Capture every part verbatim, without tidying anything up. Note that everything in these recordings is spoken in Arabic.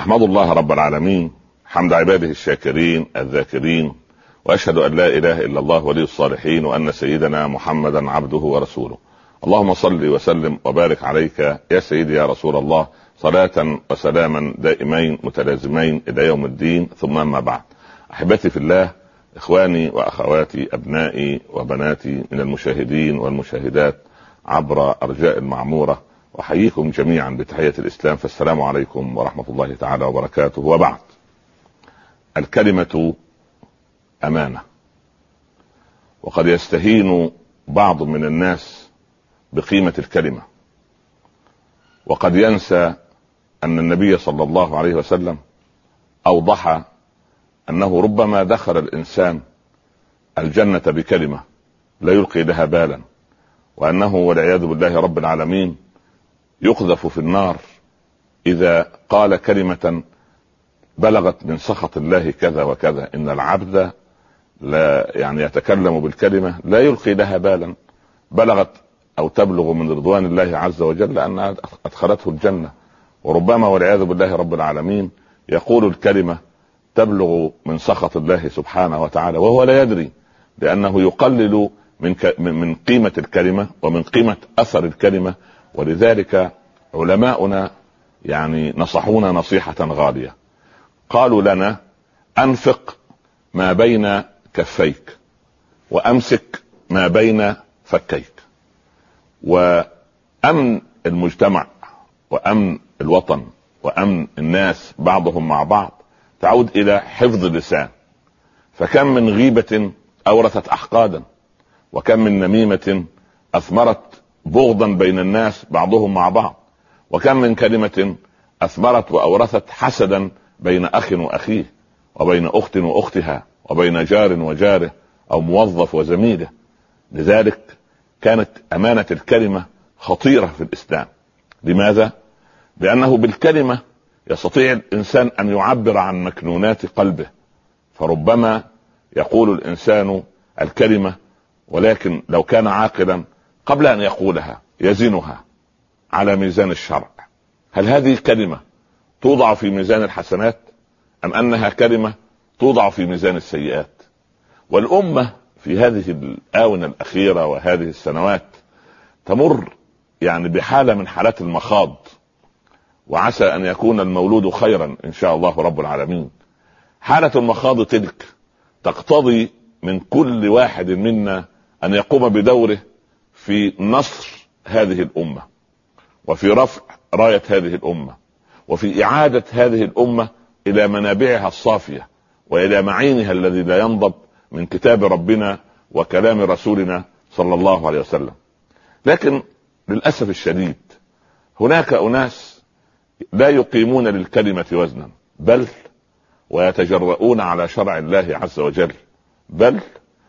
أحمد الله رب العالمين حمد عباده الشاكرين الذاكرين، وأشهد أن لا إله إلا الله ولي الصالحين، وأن سيدنا محمدا عبده ورسوله. اللهم صل وسلم وبارك عليك يا سيدي يا رسول الله، صلاة وسلاما دائمين متلازمين إلى يوم الدين. ثم أما بعد، أحبتي في الله، إخواني وأخواتي، أبنائي وبناتي من المشاهدين والمشاهدات عبر أرجاء المعمورة، أحييكم جميعا بتحية الإسلام، فالسلام عليكم ورحمة الله تعالى وبركاته. وبعد، الكلمة أمانة، وقد يستهين بعض من الناس بقيمة الكلمة، وقد ينسى أن النبي صلى الله عليه وسلم أوضح أنه ربما دخل الإنسان الجنة بكلمة لا يلقي لها بالا، وأنه والعياذ بالله رب العالمين يقذف في النار إذا قال كلمة بلغت من سخط الله كذا وكذا. إن العبد لا يعني يتكلم بالكلمة لا يلقي لها بالا، بلغت أو تبلغ من رضوان الله عز وجل أنها أدخلته الجنة، وربما والعياذ بالله رب العالمين يقول الكلمة تبلغ من سخط الله سبحانه وتعالى وهو لا يدري، لأنه يقلل من من قيمة الكلمة ومن قيمة أثر الكلمة. ولذلك علماؤنا يعني نصحونا نصيحة غالية، قالوا لنا: أنفق ما بين كفيك وأمسك ما بين فكيك. وأمن المجتمع وأمن الوطن وأمن الناس بعضهم مع بعض تعود إلى حفظ اللسان، فكم من غيبة أورثت أحقادا، وكم من نميمة أثمرت بغضا بين الناس بعضهم مع بعض، وكم من كلمة أثمرت وأورثت حسدا بين أخ وأخيه، وبين أخت وأختها، وبين جار وجاره، أو موظف وزميله. لذلك كانت أمانة الكلمة خطيرة في الإسلام. لماذا؟ لأنه بالكلمة يستطيع الإنسان أن يعبر عن مكنونات قلبه، فربما يقول الإنسان الكلمة ولكن لو كان عاقلا قبل أن يقولها يزنها على ميزان الشرع. هل هذه الكلمة توضع في ميزان الحسنات أم أنها كلمة توضع في ميزان السيئات؟ والأمة في هذه الآونة الأخيرة وهذه السنوات تمر يعني بحالة من حالات المخاض، وعسى أن يكون المولود خيرا إن شاء الله رب العالمين. حالة المخاض تلك تقتضي من كل واحد منا أن يقوم بدوره في نصر هذه الأمة، وفي رفع راية هذه الأمة، وفي إعادة هذه الأمة إلى منابعها الصافية، وإلى معينها الذي لا ينضب من كتاب ربنا وكلام رسولنا صلى الله عليه وسلم. لكن للأسف الشديد هناك أناس لا يقيمون للكلمة وزنا، بل ويتجرؤون على شرع الله عز وجل، بل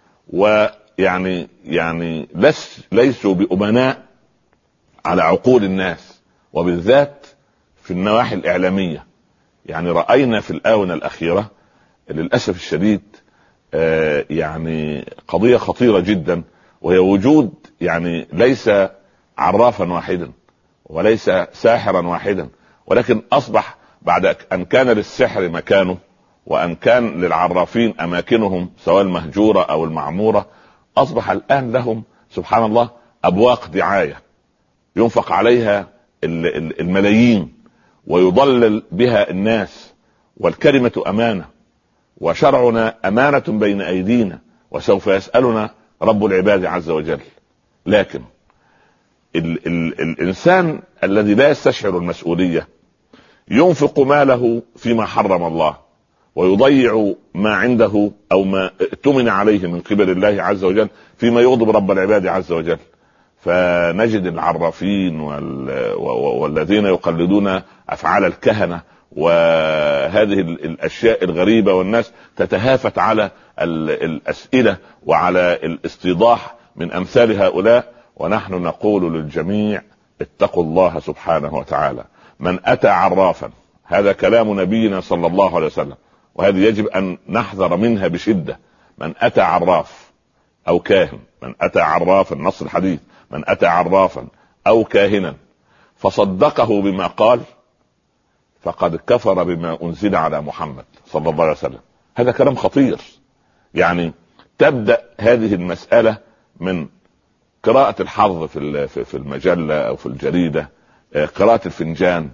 ويعني يعني لس ليسوا بأمناء على عقول الناس، وبالذات في النواحي الإعلامية. يعني رأينا في الآونة الأخيرة للأسف الشديد آه يعني قضية خطيرة جدا، وهي وجود يعني ليس عرافا واحدا وليس ساحرا واحدا، ولكن أصبح بعد أن كان للسحر مكانه وأن كان للعرافين أماكنهم سواء المهجورة أو المعمورة، أصبح الآن لهم سبحان الله أبواق دعاية ينفق عليها الملايين ويضلل بها الناس. والكلمة أمانة، وشرعنا أمانة بين أيدينا، وسوف يسألنا رب العباد عز وجل. لكن ال ال الإنسان الذي لا يستشعر المسؤولية ينفق ماله فيما حرم الله، ويضيع ما عنده أو ما ائتمن عليه من قبل الله عز وجل فيما يغضب رب العباد عز وجل. فنجد العرافين والذين يقلدون أفعال الكهنة وهذه الأشياء الغريبة، والناس تتهافت على الأسئلة وعلى الاستيضاح من أمثال هؤلاء. ونحن نقول للجميع: اتقوا الله سبحانه وتعالى. من أتى عرافا، هذا كلام نبينا صلى الله عليه وسلم، وهذه يجب أن نحذر منها بشدة. من أتى عراف أو كاهن، من أتى عرافا، نص الحديث، من أتى عرافا أو كاهنا فصدقه بما قال، فقد كفر بما أنزل على محمد صلى الله عليه وسلم. هذا كلام خطير. يعني تبدأ هذه المسألة من قراءة الحظ في في المجلة أو في الجريدة، قراءة الفنجان،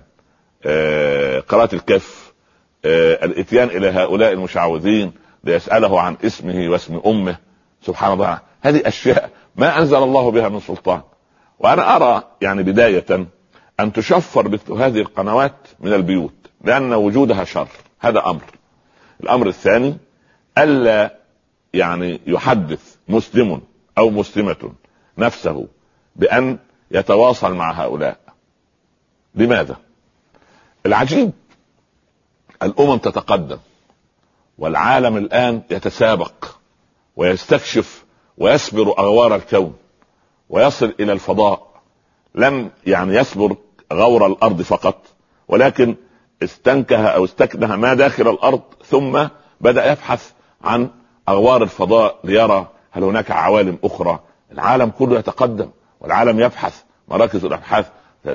قراءة الكف، الاتيان إلى هؤلاء المشعوذين ليسأله عن اسمه واسم أمه. سبحان الله، هذه أشياء ما أنزل الله بها من سلطان. وأنا أرى يعني بداية أن تشفر مثل هذه القنوات من البيوت، لأن وجودها شر. هذا أمر. الأمر الثاني، ألا يعني يحدث مسلم أو مسلمة نفسه بأن يتواصل مع هؤلاء. لماذا؟ العجيب، الأمم تتقدم والعالم الآن يتسابق ويستكشف ويسبر أغوار الكون ويصل إلى الفضاء. لم يعني يسبر غور الأرض فقط، ولكن استنكه أو استكنه ما داخل الأرض، ثم بدأ يبحث عن أغوار الفضاء ليرى هل هناك عوالم أخرى. العالم كله يتقدم والعالم يبحث، مراكز الأبحاث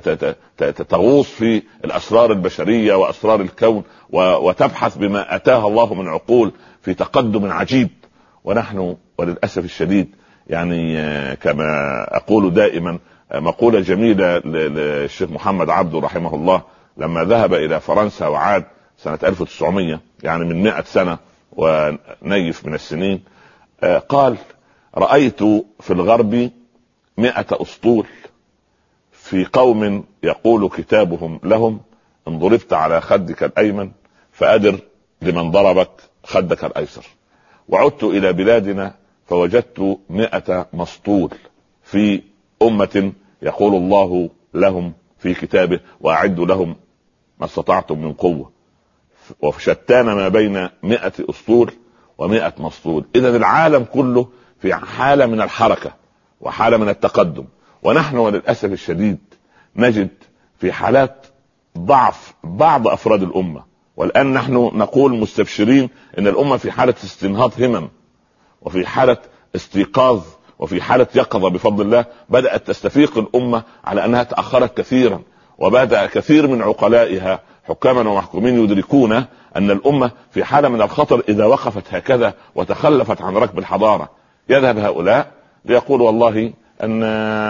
تغوص في الأسرار البشرية وأسرار الكون وتبحث بما أتاها الله من عقول في تقدم عجيب. ونحن وللأسف الشديد يعني كما أقول دائما مقولة جميلة للشيخ محمد عبده رحمه الله لما ذهب إلى فرنسا وعاد سنة ألف وتسعمائة، يعني من مئة سنة ونيف من السنين، قال: رأيت في الغرب مئة أسطول في قوم يقول كتابهم لهم: ان ضربت على خدك الأيمن فأدر لمن ضربك خدك الأيسر. وعدت إلى بلادنا فوجدت مئة مسطول في أمة يقول الله لهم في كتابه: وأعدوا لهم ما استطعتم من قوة. وشتان ما بين مئة أسطول ومئة مسطول. إذا العالم كله في حالة من الحركة وحالة من التقدم، ونحن وللأسف الشديد نجد في حالات ضعف بعض أفراد الأمة. والآن نحن نقول مستبشرين إن الأمة في حالة استنهاض همم وفي حالة استيقاظ وفي حالة يقظة بفضل الله. بدأت تستفيق الأمة على أنها تأخرت كثيرا، وبدأ كثير من عقلائها حكاما ومحكومين يدركون أن الأمة في حالة من الخطر إذا وقفت هكذا وتخلفت عن ركب الحضارة. يذهب هؤلاء ليقول: والله أن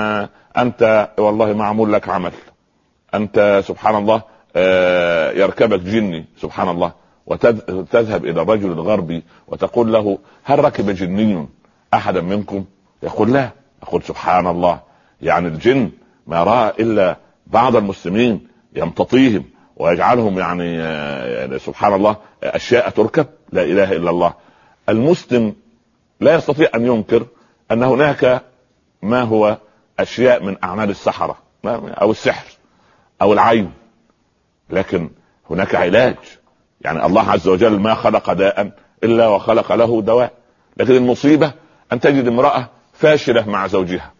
أنت والله معمول لك عمل، أنت سبحان الله يركبك جني سبحان الله. وتذهب إلى الرجل الغربي وتقول له: هل ركب جني أحدا منكم؟ يقول: لا. يقول: سبحان الله، يعني الجن ما رأى إلا بعض المسلمين يمتطيهم ويجعلهم يعني, يعني سبحان الله أشياء تركب. لا إله إلا الله. المسلم لا يستطيع أن ينكر أن هناك ما هو أشياء من أعمال السحرة أو السحر أو العين، لكن هناك علاج. يعني الله عز وجل ما خلق داء إلا وخلق له دواء. لكن المصيبة أن تجد امرأة فاشلة مع زوجها: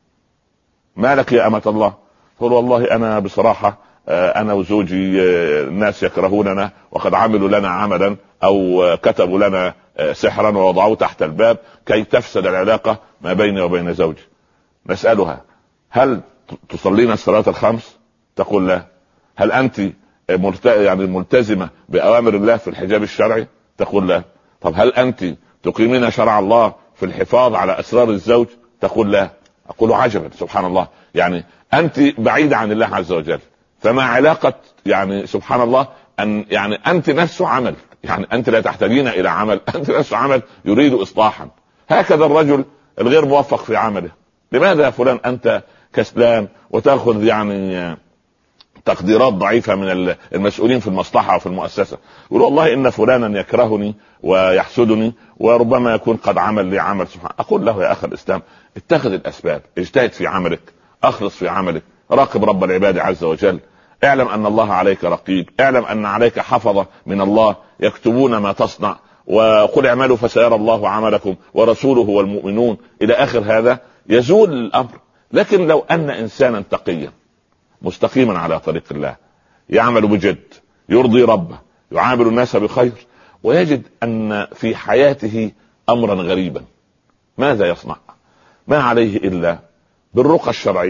ما لك يا أمة الله؟ تقول: والله أنا بصراحة أنا وزوجي الناس يكرهوننا وقد عملوا لنا عملا أو كتبوا لنا سحرا ووضعوه تحت الباب كي تفسد العلاقة ما بيني وبين زوجي. نسألها: هل تصلين الصلاة الخمس؟ تقول: لا. هل أنت ملت... يعني ملتزمة بأوامر الله في الحجاب الشرعي؟ تقول: لا. طب هل أنت تقيمين شرع الله في الحفاظ على أسرار الزوج؟ تقول: لا. أقول: عجبا، سبحان الله، يعني أنت بعيدة عن الله عز وجل، فما علاقة يعني سبحان الله أن يعني أنت نفسه عمل، يعني أنت لا تحتاجين إلى عمل، أنت نفسه عمل يريد إصلاحا. هكذا الرجل الغير موفق في عمله: لماذا يا فلان أنت كسلان وتأخذ يعني تقديرات ضعيفة من المسؤولين في المصلحة وفي المؤسسة؟ يقول: والله إن فلانا يكرهني ويحسدني وربما يكون قد عمل لي عمل. سبحان. أقول له: يا أخي الإسلام، اتخذ الأسباب، اجتهد في عملك، أخلص في عملك، راقب رب العباد عز وجل، اعلم أن الله عليك رقيب، اعلم أن عليك حفظة من الله يكتبون ما تصنع، وقل اعملوا فسيرى الله عملكم ورسوله والمؤمنون إلى آخر هذا. يزول الأمر. لكن لو أن إنسانا تقيا مستقيما على طريق الله يعمل بجد يرضي ربه يعامل الناس بخير ويجد أن في حياته أمرا غريبا، ماذا يصنع؟ ما عليه إلا بالرقى الشرعية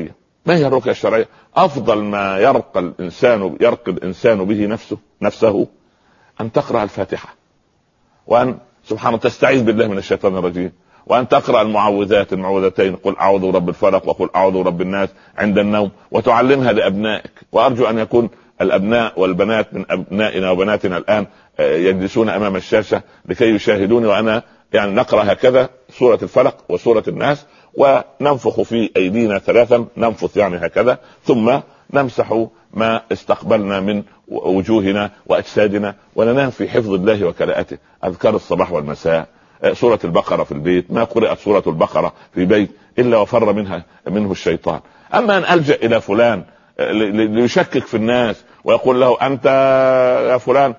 ما هي الرقية الشرعية؟ افضل ما يرقى الانسان يرقى الانسان به نفسه نفسه ان تقرأ الفاتحة، وان سبحانه تستعيذ بالله من الشيطان الرجيم، وان تقرأ المعوذات المعوذتين، قل اعوذ برب الفلق وقل اعوذ برب الناس عند النوم، وتعلمها لابنائك. وارجو ان يكون الابناء والبنات من ابنائنا وبناتنا الان يجلسون امام الشاشة لكي يشاهدوني وانا يعني نقرأ هكذا سورة الفلق وسورة الناس، وننفخ في ايدينا ثلاثا، ننفث يعني هكذا، ثم نمسح ما استقبلنا من وجوهنا واجسادنا، وننام في حفظ الله وكلاءته. اذكار الصباح والمساء، سورة البقرة في البيت، ما قرأت سورة البقرة في بيت الا وفر منها منه الشيطان. اما ان الجأ الى فلان ليشكك في الناس ويقول له انت يا فلان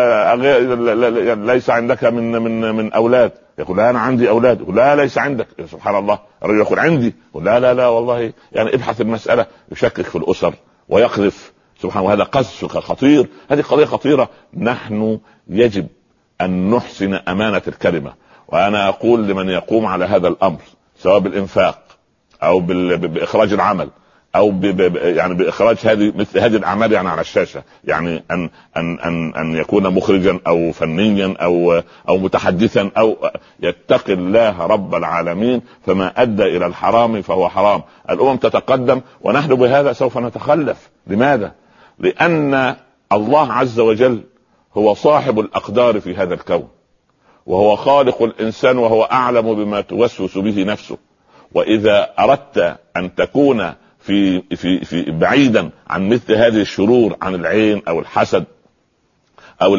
ليس عندك من من من اولاد، يقول لا انا عندي اولاد، يقول لا ليس عندك، سبحان الله. الرجل يقول عندي، يقول لا لا لا والله، يعني ابحث المسألة. يشكك في الاسر ويقذف، سبحان الله، هذا قذف خطير. هذه قضية خطيرة. نحن يجب ان نحسن امانة الكلمة. وانا اقول لمن يقوم على هذا الامر، سواء بالانفاق او باخراج العمل او ب ب يعني باخراج هذه مثل هذه الاعمال يعني على الشاشه، يعني ان ان ان ان يكون مخرجا او فنيا او او متحدثا، او يتقي الله رب العالمين، فما ادى الى الحرام فهو حرام. الامم تتقدم ونحن بهذا سوف نتخلف. لماذا؟ لان الله عز وجل هو صاحب الاقدار في هذا الكون، وهو خالق الانسان، وهو اعلم بما توسوس به نفسه. واذا اردت ان تكون في في في بعيدا عن مثل هذه الشرور، عن العين او الحسد او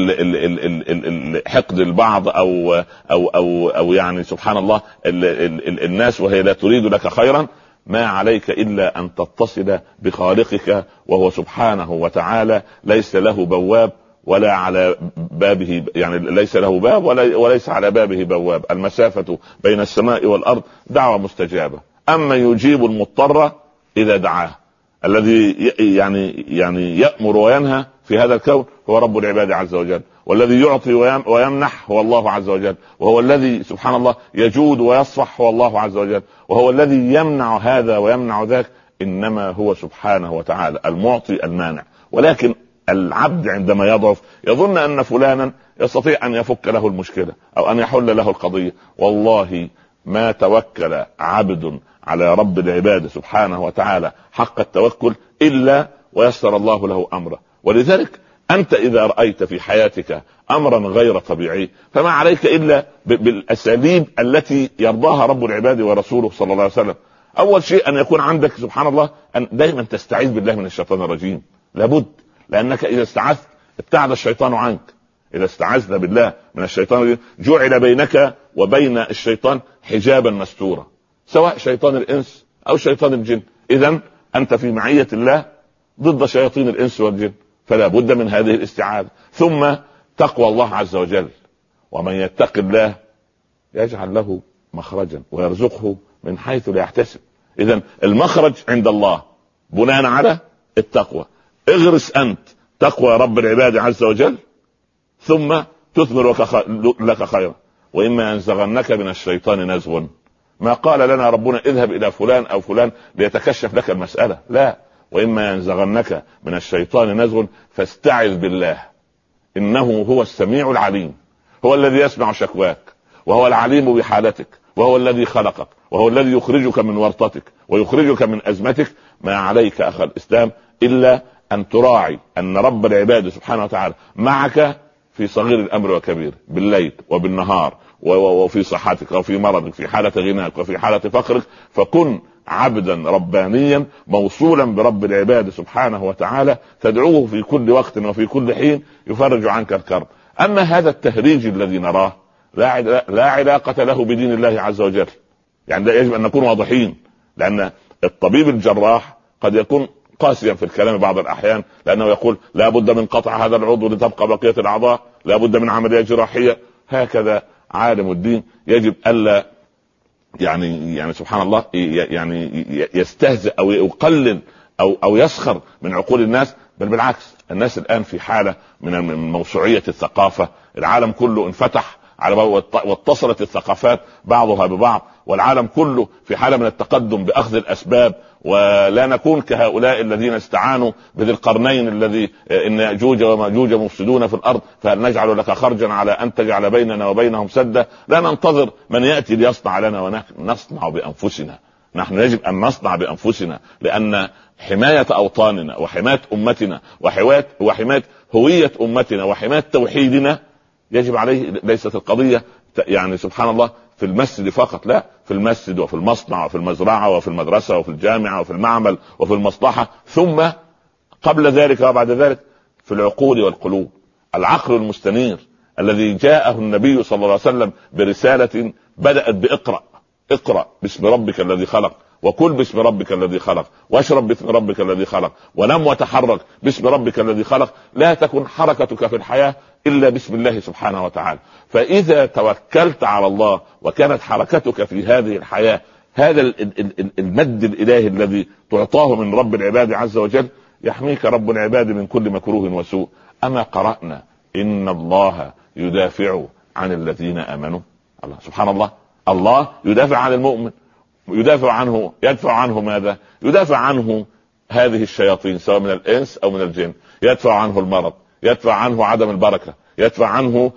حقد البعض او او او او يعني سبحان الله ال ال ال الناس وهي لا تريد لك خيرا، ما عليك الا ان تتصل بخالقك، وهو سبحانه وتعالى ليس له بواب ولا على بابه، يعني ليس له باب ولا وليس على بابه بواب. المسافة بين السماء والارض دعوة مستجابة. اما يجيب المضطر اذا دعاه، الذي يعني يعني يأمر وينهى في هذا الكون هو رب العباد عز وجل، والذي يعطي ويمنح هو الله عز وجل، وهو الذي سبحان الله يجود ويصفح هو الله عز وجل، وهو الذي يمنع هذا ويمنع ذاك. انما هو سبحانه وتعالى المعطي المانع. ولكن العبد عندما يضعف يظن ان فلانا يستطيع ان يفك له المشكلة او ان يحل له القضية. والله ما توكل عبد على رب العباد سبحانه وتعالى حق التوكل إلا ويسر الله له أمره. ولذلك أنت إذا رأيت في حياتك أمرا غير طبيعي فما عليك إلا بالأساليب التي يرضاها رب العباد ورسوله صلى الله عليه وسلم. أول شيء أن يكون عندك سبحان الله أن دائما تستعيذ بالله من الشيطان الرجيم، لابد، لأنك إذا استعذت ابتعد الشيطان عنك. إذا استعذت بالله من الشيطان الرجيم جعل بينك وبين الشيطان حجابا مستورا، سواء شيطان الإنس أو شيطان الجن. إذن أنت في معية الله ضد شياطين الإنس والجن، فلا بد من هذه الاستعاذة. ثم تقوى الله عز وجل، ومن يتق الله يجعل له مخرجا ويرزقه من حيث لا يحتسب. إذن المخرج عند الله بناء على التقوى. اغرس أنت تقوى رب العباد عز وجل ثم تثمر لك خيرا. وإما ينزغنك من الشيطان نزغ، ما قال لنا ربنا اذهب إلى فلان أو فلان ليتكشف لك المسألة، لا، وإما ينزغنك من الشيطان نزغ فاستعذ بالله إنه هو السميع العليم، هو الذي يسمع شكواك، وهو العليم بحالتك، وهو الذي خلقك، وهو الذي يخرجك من ورطتك ويخرجك من أزمتك. ما عليك أخ الإسلام إلا أن تراعي أن رب العباد سبحانه وتعالى معك في صغير الأمر وكبير، بالليل وبالنهار، وفي صحتك وفي مرضك، في حالة غناك وفي حالة فقرك. فكن عبدا ربانيا موصولا برب العباد سبحانه وتعالى، تدعوه في كل وقت وفي كل حين يفرج عنك الكرب. أما هذا التهريج الذي نراه لا لا علاقة له بدين الله عز وجل، يعني يجب أن نكون واضحين، لأن الطبيب الجراح قد يكون قاسيا في الكلام بعض الأحيان، لأنه يقول لا بد من قطع هذا العضو لتبقى بقية الأعضاء، لا بد من عملية جراحية. هكذا عالم الدين يجب ألا يعني يعني سبحان الله يعني يستهزئ أو يقلل أو أو يسخر من عقول الناس، بل بالعكس. الناس الآن في حالة من موسوعية الثقافة، العالم كله انفتح على واتصلت الثقافات بعضها ببعض، والعالم كله في حالة من التقدم بأخذ الأسباب ولا نكون كهؤلاء الذين استعانوا بذي القرنين الذي ان ياجوج وماجوج مفسدون في الارض فهل نجعل لك خرجا على ان تجعل بيننا وبينهم سدا. لا ننتظر من ياتي ليصنع لنا ونحن نصنع بانفسنا. نحن يجب ان نصنع بانفسنا، لان حمايه اوطاننا وحمايه امتنا وحمايه وحمايه هويه امتنا وحمايه توحيدنا يجب عليه. ليست القضيه يعني سبحان الله في المسجد فقط، لا، في المسجد وفي المصنع وفي المزرعه وفي المدرسه وفي الجامعه وفي المعمل وفي المصلحه، ثم قبل ذلك وبعد ذلك في العقول والقلوب. العقل المستنير الذي جاءه النبي صلى الله عليه وسلم برساله بدات باقرأ، اقرأ باسم ربك الذي خلق، وكل باسم ربك الذي خلق، واشرب باسم ربك الذي خلق، ونم وتحرك باسم ربك الذي خلق. لا تكن حركتك في الحياة إلا باسم الله سبحانه وتعالى. فإذا توكلت على الله وكانت حركتك في هذه الحياة هذا المد الإلهي الذي تعطاه من رب العباد عز وجل، يحميك رب العباد من كل مكروه وسوء. أما قرأنا إن الله يدافع عن الذين آمنوا. الله سبحان الله، الله يدافع عن المؤمن، يدافع عنه، يدفع عنه ماذا؟ يدافع عنه هذه الشياطين سواء من الإنس أو من الجن، يدفع عنه المرض، يدفع عنه عدم البركة، يدفع عنه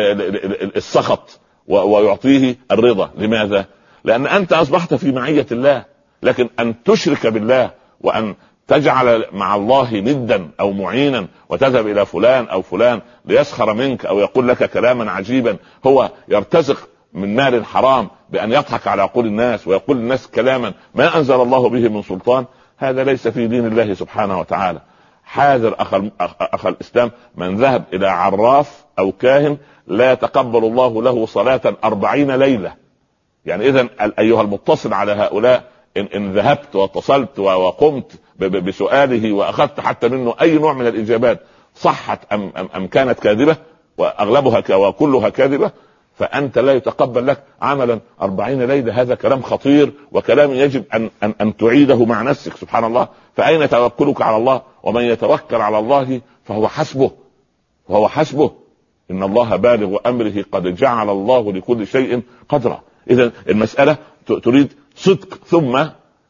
السخط ويعطيه الرضا. لماذا؟ لأن أنت أصبحت في معية الله. لكن أن تشرك بالله وأن تجعل مع الله ندا أو معينا وتذهب إلى فلان أو فلان ليسخر منك أو يقول لك كلاما عجيبا، هو يرتزق من مال حرام بأن يضحك على عقول الناس ويقول الناس كلاما ما أنزل الله به من سلطان، هذا ليس في دين الله سبحانه وتعالى. حاذر أخ, أخ الإسلام من ذهب إلى عراف أو كاهن لا يتقبل الله له صلاة أربعين ليلة. يعني إذن أيها المتصل على هؤلاء، إن, إن ذهبت واتصلت وقمت بسؤاله وأخذت حتى منه أي نوع من الإجابات صحت أم, أم, أم كانت كاذبة، وأغلبها وكلها كاذبة، فأنت لا يتقبل لك عملا أربعين ليلة. هذا كلام خطير وكلام يجب أن, أن, أن تعيده مع نفسك. سبحان الله، فأين توكلك على الله؟ ومن يتوكل على الله فهو حسبه، وهو حسبه، إن الله بالغ أمره قد جعل الله لكل شيء قدرا. إذن المسألة تريد صدق. ثم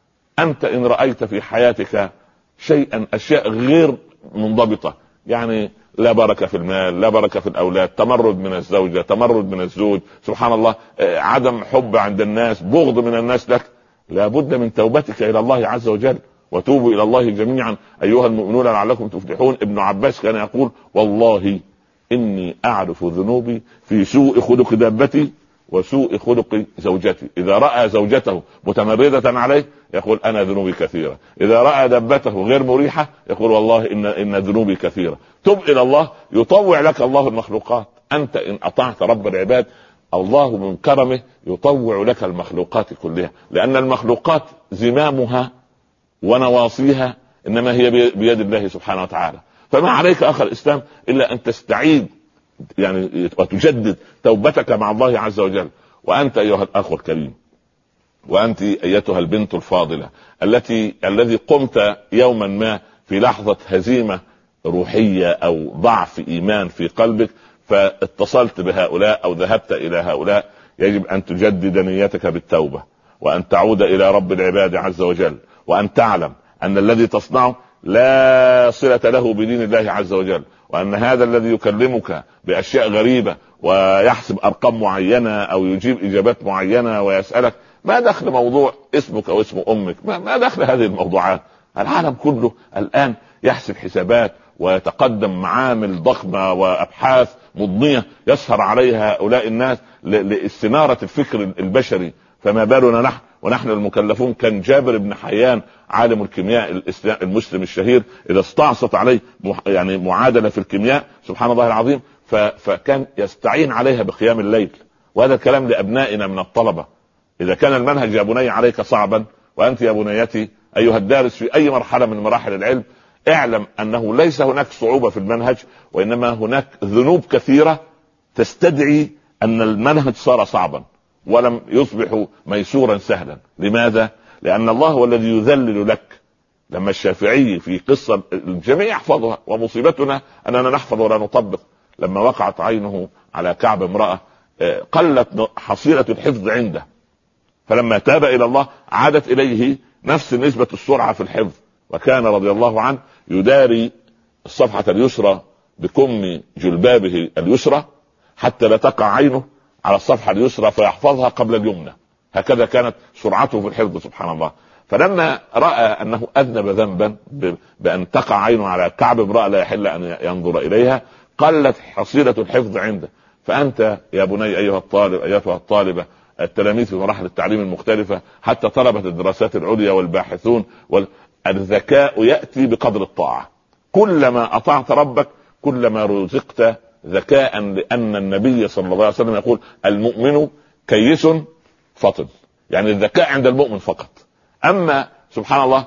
أنت إن رأيت في حياتك شيئا أشياء غير منضبطة، يعني لا بركة في المال، لا بركة في الأولاد، تمرد من الزوجة، تمرد من الزوج، سبحان الله، عدم حب عند الناس، بغض من الناس لك، لابد من توبتك إلى الله عز وجل. وتوبوا إلى الله جميعا أيها المؤمنون لعلكم تفلحون. ابن عباس كان يقول والله إني أعرف ذنوبي في سوء خلق دابتي وسوء خلق زوجتي. إذا رأى زوجته متمردة عليه يقول أنا ذنوبي كثيرة، إذا رأى دابته غير مريحة يقول والله إن, إن ذنوبي كثيرة. تب إلى الله يطوع لك الله المخلوقات. أنت إن أطعت رب العباد الله من كرمه يطوع لك المخلوقات كلها، لأن المخلوقات زمامها ونواصيها إنما هي بيد الله سبحانه وتعالى. فما عليك أخ الإسلام إلا أن تستعيد يعني وتجدد توبتك مع الله عز وجل. وأنت أيها الأخ الكريم، وأنت أيتها البنت الفاضلة التي الذي قمت يوما ما في لحظة هزيمة روحية أو ضعف إيمان في قلبك فاتصلت بهؤلاء أو ذهبت إلى هؤلاء، يجب أن تجدد نيتك بالتوبة وأن تعود إلى رب العباد عز وجل، وأن تعلم أن الذي تصنعه لا صلة له بدين الله عز وجل، وأن هذا الذي يكلمك بأشياء غريبة ويحسب أرقام معينة أو يجيب إجابات معينة ويسألك ما دخل موضوع اسمك أو اسم أمك، ما دخل هذه الموضوعات. العالم كله الآن يحسب حسابات ويتقدم معامل ضخمة وأبحاث مضنية يسهر عليها هؤلاء الناس لاستنارة الفكر البشري، فما بالنا نحن ونحن المكلفون. كان جابر بن حيان عالم الكيمياء المسلم الشهير إذا استعصت عليه يعني معادلة في الكيمياء سبحان الله العظيم فكان يستعين عليها بقيام الليل. وهذا الكلام لأبنائنا من الطلبة. إذا كان المنهج يا بني عليك صعبا، وأنت يا بنيتي أيها الدارس في أي مرحلة من مراحل العلم، اعلم أنه ليس هناك صعوبة في المنهج، وإنما هناك ذنوب كثيرة تستدعي أن المنهج صار صعبا ولم يصبح ميسورا سهلا. لماذا؟ لأن الله هو الذي يذلل لك. لما الشافعي في قصة الجميع يحفظها ومصيبتنا أننا نحفظ ولا نطبق، لما وقعت عينه على كعب امرأة قلت حصيلة الحفظ عنده، فلما تاب إلى الله عادت إليه نفس نسبة السرعة في الحفظ. وكان رضي الله عنه يداري الصفحة اليسرى بكم جلبابه اليسرى حتى لا تقع عينه على الصفحة اليسرى فيحفظها قبل اليمنى. هكذا كانت سرعته في الحفظ سبحان الله. فلما رأى أنه أذنب ذنبا بأن تقع عينه على كعب امرأة لا يحل أن ينظر إليها قلت حصيلة الحفظ عنده. فأنت يا بني أيها الطالب أيتها الطالبة التلاميذ في مراحل التعليم المختلفة حتى طلبة الدراسات العليا والباحثون، والذكاء يأتي بقدر الطاعة. كلما أطعت ربك كلما رزقت ذكاء، لأن النبي صلى الله عليه وسلم يقول المؤمن كيس فطن، يعني الذكاء عند المؤمن فقط. أما سبحان الله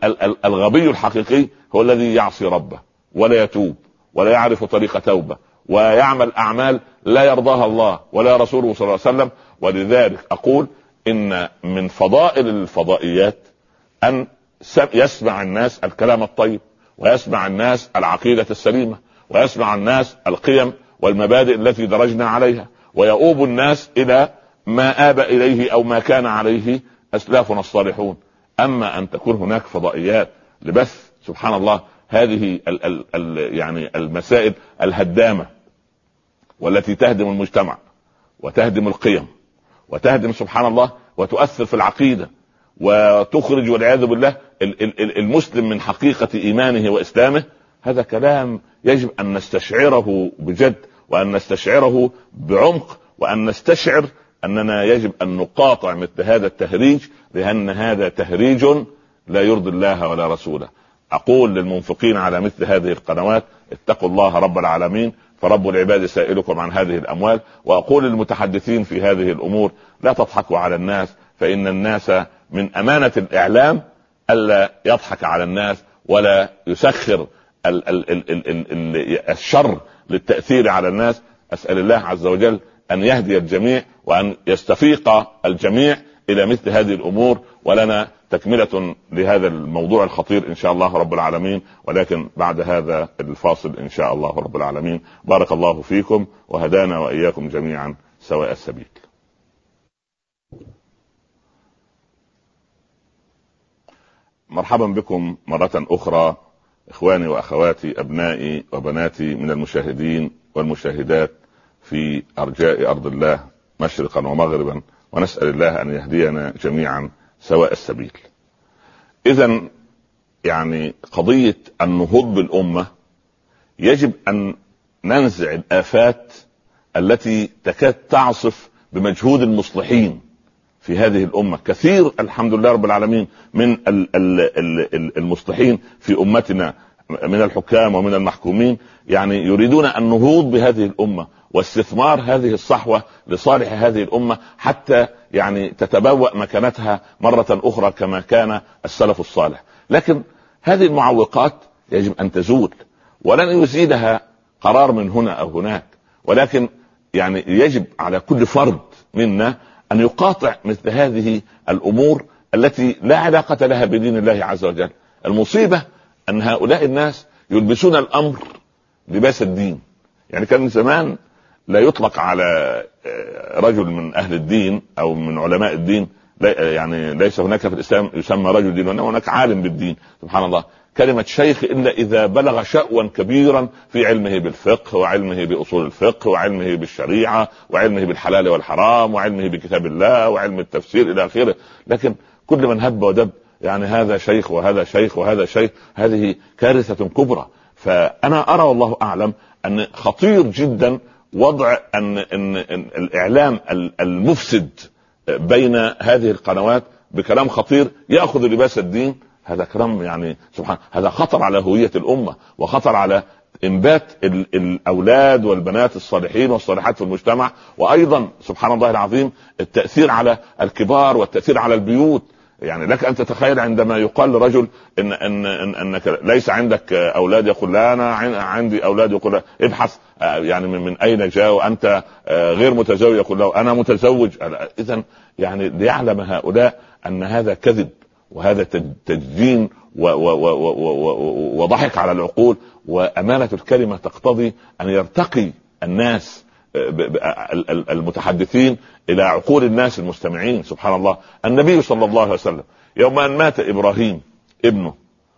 الغبي الحقيقي هو الذي يعصي ربه ولا يتوب ولا يعرف طريق توبة ويعمل أعمال لا يرضاها الله ولا رسوله صلى الله عليه وسلم. ولذلك أقول إن من فضائل الفضائيات أن يسمع الناس الكلام الطيب، ويسمع الناس العقيدة السليمة، ويسمع الناس القيم والمبادئ التي درجنا عليها، ويؤوب الناس إلى ما آب إليه أو ما كان عليه أسلافنا الصالحون. أما أن تكون هناك فضائيات لبث سبحان الله هذه ال ال ال يعني المسائل الهدامة والتي تهدم المجتمع وتهدم القيم وتهدم سبحان الله وتؤثر في العقيدة وتخرج والعياذ بالله المسلم من حقيقة إيمانه وإسلامه، هذا كلام يجب أن نستشعره بجد، وأن نستشعره بعمق، وأن نستشعر أننا يجب أن نقاطع مثل هذا التهريج، لأن هذا تهريج لا يرضي الله ولا رسوله. أقول للمنفقين على مثل هذه القنوات اتقوا الله رب العالمين، فرب العباد سائلكم عن هذه الأموال. وأقول للمتحدثين في هذه الأمور لا تضحكوا على الناس، فإن الناس من أمانة الإعلام ألا يضحك على الناس ولا يسخر ال ال ال ال ال ال الشر للتأثير على الناس. أسأل الله عز وجل أن يهدي الجميع وأن يستفيق الجميع إلى مثل هذه الأمور، ولنا تكملة لهذا الموضوع الخطير إن شاء الله رب العالمين، ولكن بعد هذا الفاصل إن شاء الله رب العالمين. بارك الله فيكم وهدانا وإياكم جميعا سواء السبيل. مرحبا بكم مرة أخرى إخواني وأخواتي أبنائي وبناتي من المشاهدين والمشاهدات في أرجاء أرض الله مشرقا ومغربا، ونسأل الله أن يهدينا جميعا سواء السبيل. إذن يعني قضية النهوض بالأمة يجب أن ننزع الآفات التي تكاد تعصف بمجهود المصلحين في هذه الأمة. كثير الحمد لله رب العالمين من المصلحين في أمتنا من الحكام ومن المحكومين يعني يريدون النهوض بهذه الأمة واستثمار هذه الصحوة لصالح هذه الأمة حتى يعني تتبوأ مكانتها مرة أخرى كما كان السلف الصالح. لكن هذه المعوقات يجب أن تزول، ولن يزيدها قرار من هنا أو هناك، ولكن يعني يجب على كل فرد منا أن يقاطع مثل هذه الأمور التي لا علاقة لها بدين الله عز وجل. المصيبة أن هؤلاء الناس يلبسون الأمر لباس الدين. يعني كان زمان لا يطلق على رجل من أهل الدين أو من علماء الدين، يعني ليس هناك في الإسلام يسمى رجل دين، وأنه هناك عالم بالدين سبحان الله، كلمة شيخ إلا إذا بلغ شأوا كبيرا في علمه بالفقه وعلمه بأصول الفقه وعلمه بالشريعة وعلمه بالحلال والحرام وعلمه بكتاب الله وعلم التفسير إلى آخره. لكن كل من هب ودب يعني هذا شيخ وهذا شيخ وهذا شيخ، هذه كارثة كبرى. فأنا أرى والله أعلم أن خطير جدا وضع أن, أن, أن الإعلام المفسد بين هذه القنوات بكلام خطير يأخذ لباس الدين. هذا كلام يعني سبحان، هذا خطر على هوية الأمة وخطر على إنبات الأولاد والبنات الصالحين والصالحات في المجتمع، وأيضا سبحان الله العظيم التأثير على الكبار والتأثير على البيوت. يعني لك أن تتخيل عندما يقال لرجل إن, إن, إن أنك ليس عندك أولاد، يقول لا أنا عندي أولاد، يقول لا ابحث يعني من, من أين جاء وأنت غير متزوج، يقول له أنا متزوج. إذن يعني ليعلم هؤلاء أن هذا كذب وهذا تجدين وضحك على العقول، وأمانة الكلمة تقتضي أن يرتقي الناس المتحدثين إلى عقول الناس المستمعين. سبحان الله، النبي صلى الله عليه وسلم يوم أن مات إبراهيم ابنه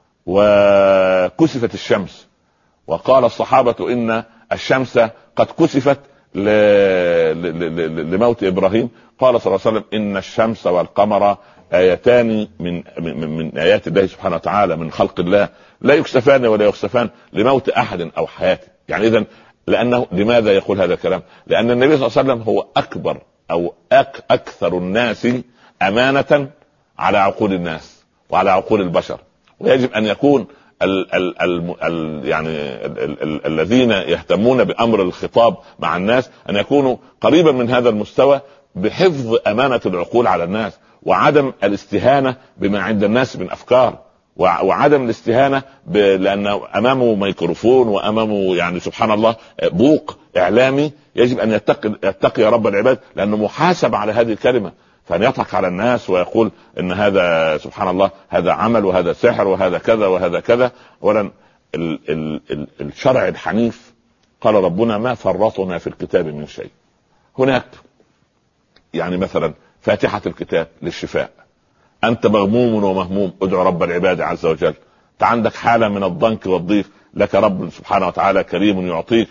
وكسفت الشمس، وقال الصحابة إن الشمس قد كسفت ل... ل... ل... لموت إبراهيم، قال صلى الله عليه وسلم إن الشمس والقمر آيتان من من, من آيات الله سبحانه وتعالى، من خلق الله، لا يكسفان ولا يخسفان لموت أحد أو حياته. يعني إذن لأنه لماذا يقول هذا الكلام؟ لأن النبي صلى الله عليه وسلم هو أكبر أو أك أكثر الناس أمانة على عقول الناس وعلى عقول البشر، ويجب أن يكون ال ال ال ال يعني ال ال ال الذين يهتمون بأمر الخطاب مع الناس أن يكونوا قريبا من هذا المستوى بحفظ أمانة العقول على الناس، وعدم الاستهانة بما عند الناس من أفكار، وعدم الاستهانة لأنه أمامه ميكروفون وأمامه يعني سبحان الله بوق إعلامي، يجب أن يتقي, يتقي رب العباد لأنه محاسب على هذه الكلمة، فأن يضحك على الناس ويقول إن هذا سبحان الله هذا عمل وهذا سحر وهذا كذا وهذا كذا. ولن ال ال ال الشرع الحنيف قال ربنا ما فرطنا في الكتاب من شيء. هناك يعني مثلا فاتحة الكتاب للشفاء، أنت مغموم ومهموم ادعو رب العباد عز وجل، أنت عندك حالة من الضنك والضيق، لك رب سبحانه وتعالى كريم يعطيك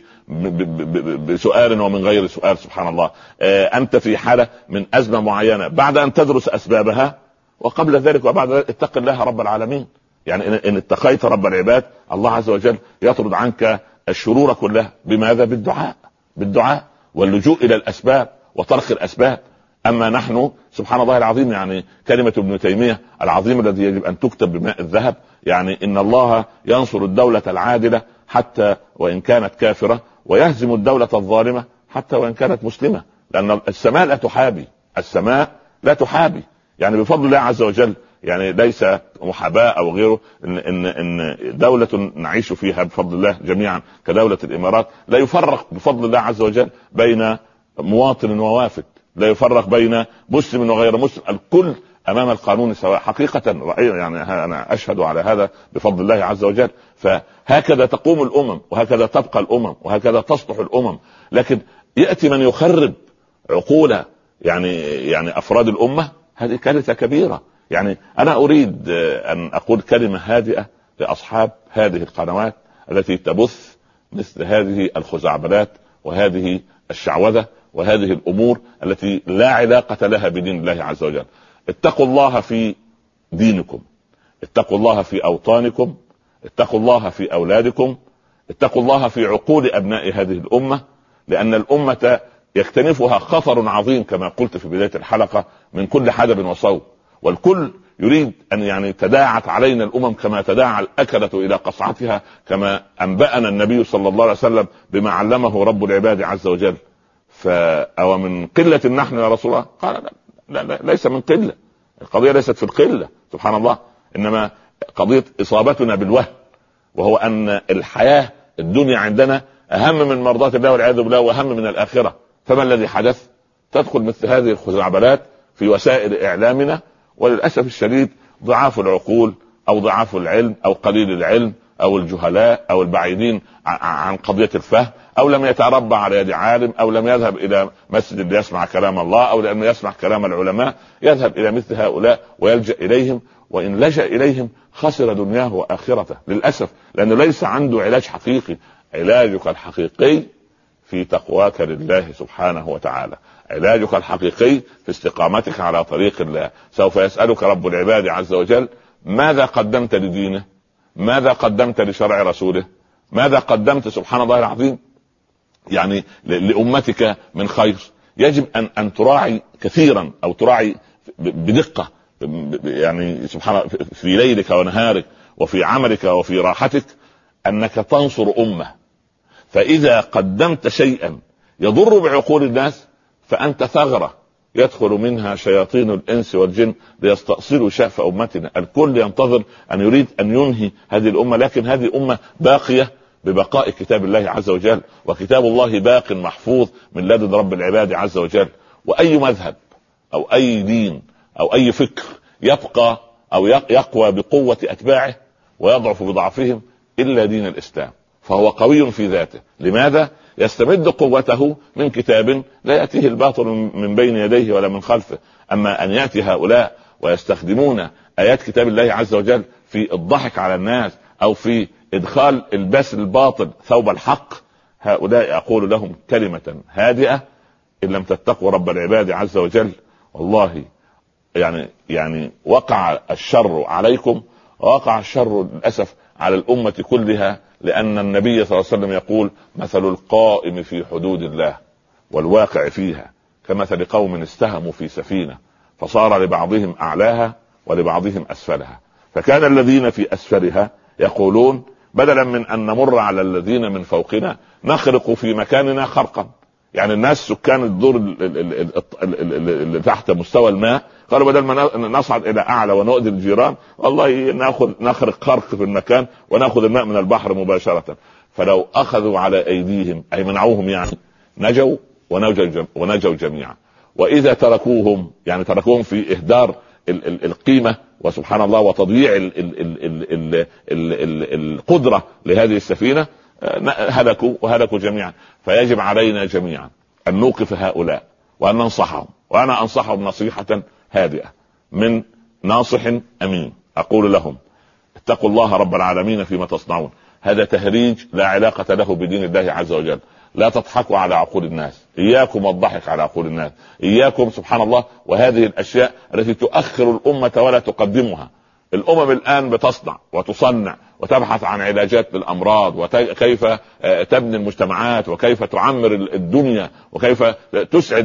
بسؤال ومن غير سؤال سبحان الله. أنت في حالة من أزمة معينة بعد أن تدرس أسبابها، وقبل ذلك وبعد ذلك اتق الله رب العالمين. يعني إن اتقيت رب العباد الله عز وجل يطرد عنك الشرور كلها. بماذا؟ بالدعاء، بالدعاء واللجوء إلى الأسباب وترك الأسباب. أما نحن سبحان الله العظيم، يعني كلمة ابن تيمية العظيم الذي يجب أن تكتب بماء الذهب، يعني إن الله ينصر الدولة العادلة حتى وإن كانت كافرة، ويهزم الدولة الظالمة حتى وإن كانت مسلمة، لأن السماء لا تحابي، السماء لا تحابي. يعني بفضل الله عز وجل، يعني ليس محاباة أو غيره، إن, إن, إن دولة نعيش فيها بفضل الله جميعا كدولة الإمارات لا يفرق بفضل الله عز وجل بين مواطن ووافد، لا يفرق بين مسلم وغير مسلم، الكل امام القانون سواء. حقيقة يعني انا اشهد على هذا بفضل الله عز وجل. فهكذا تقوم الامم، وهكذا تبقى الامم، وهكذا تصلح الامم. لكن ياتي من يخرب عقول يعني يعني افراد الامة، هذه كارثة كبيرة. يعني انا اريد ان اقول كلمة هادئة لاصحاب هذه القنوات التي تبث مثل هذه الخزعبلات وهذه الشعوذة وهذه الامور التي لا علاقة لها بدين الله عز وجل. اتقوا الله في دينكم، اتقوا الله في اوطانكم، اتقوا الله في اولادكم، اتقوا الله في عقول ابناء هذه الامة، لان الامة يكتنفها خطر عظيم كما قلت في بداية الحلقة من كل حدب وصوب، والكل يريد ان يعني تداعت علينا الامم كما تداعى الاكلة الى قصعتها، كما انبأنا النبي صلى الله عليه وسلم بما علمه رب العباد عز وجل. فأو من قلة نحن يا رسول الله؟ قال لا, لا, لا ليس من قلة، القضية ليست في القلة سبحان الله، إنما قضية إصابتنا بالوهم، وهو أن الحياة الدنيا عندنا أهم من مرضاة الله والعياذ بالله، وأهم من الآخرة. فما الذي حدث؟ تدخل مثل هذه الخزعبلات في وسائل إعلامنا، وللأسف الشديد ضعاف العقول أو ضعاف العلم أو قليل العلم أو الجهلاء أو البعيدين عن قضية الفهم، أو لم يتربى على يد عالم، أو لم يذهب إلى مسجد ليسمع كلام الله، أو لم يسمع كلام العلماء، يذهب إلى مثل هؤلاء ويلجأ إليهم، وإن لجأ إليهم خسر دنياه وآخرته للأسف، لأنه ليس عنده علاج حقيقي. علاجك الحقيقي في تقواك لله سبحانه وتعالى، علاجك الحقيقي في استقامتك على طريق الله. سوف يسألك رب العباد عز وجل ماذا قدمت لدينه، ماذا قدمت لشرع رسوله، ماذا قدمت سبحان الله العظيم يعني لأمتك من خير. يجب أن أن تراعي كثيرا أو تراعي بدقة، يعني سبحان في ليلك ونهارك وفي عملك وفي راحتك أنك تنصر أمة. فإذا قدمت شيئا يضر بعقول الناس فأنت ثغرة يدخل منها شياطين الإنس والجن ليستأصلوا شأف أمتنا. الكل ينتظر أن يريد أن ينهي هذه الأمة، لكن هذه أمة باقية ببقاء كتاب الله عز وجل، وكتاب الله باق محفوظ من لدن رب العباد عز وجل. وأي مذهب أو أي دين أو أي فكر يبقى أو يقوى بقوة أتباعه ويضعف بضعفهم إلا دين الإسلام، فهو قوي في ذاته. لماذا؟ يستمد قوته من كتاب لا يأتيه الباطل من بين يديه ولا من خلفه. أما أن يأتي هؤلاء ويستخدمون آيات كتاب الله عز وجل في الضحك على الناس أو في إدخال الباس الباطل ثوب الحق، هؤلاء أقول لهم كلمة هادئة: إن لم تتقوا رب العباد عز وجل والله يعني يعني وقع الشر عليكم، ووقع الشر للأسف على الأمة كلها، لأن النبي صلى الله عليه وسلم يقول: مثل القائم في حدود الله والواقع فيها كمثل قوم استهموا في سفينة فصار لبعضهم أعلاها ولبعضهم أسفلها، فكان الذين في أسفلها يقولون: بدلا من أن نمر على الذين من فوقنا نخرق في مكاننا خرقا. يعني الناس سكان الدور اللي تحت مستوى الماء قالوا: بدل ما نصعد إلى أعلى ونؤذي الجيران، والله نأخذ نخرق خرق في المكان ونأخذ الماء من البحر مباشرة. فلو أخذوا على أيديهم أي منعوهم يعني نجوا ونجوا, ونجوا جميعا. وإذا تركوهم يعني تركوهم في إهدار القيمة وسبحان الله وتضييع ال ال ال ال ال ال ال القدرة لهذه السفينة، هلكوا وهلكوا جميعا. فيجب علينا جميعا أن نوقف هؤلاء وأن ننصحهم، وأنا أنصحهم نصيحة هادئة من ناصح أمين. أقول لهم: اتقوا الله رب العالمين فيما تصنعون. هذا تهريج لا علاقة له بدين الله عز وجل. لا تضحكوا على عقول الناس، إياكم والضحك على عقول الناس، إياكم سبحان الله وهذه الأشياء التي تؤخر الأمة ولا تقدمها. الأمم الآن بتصنع وتصنع وتبحث عن علاجات للأمراض، وكيف تبني المجتمعات، وكيف تعمر الدنيا، وكيف تسعد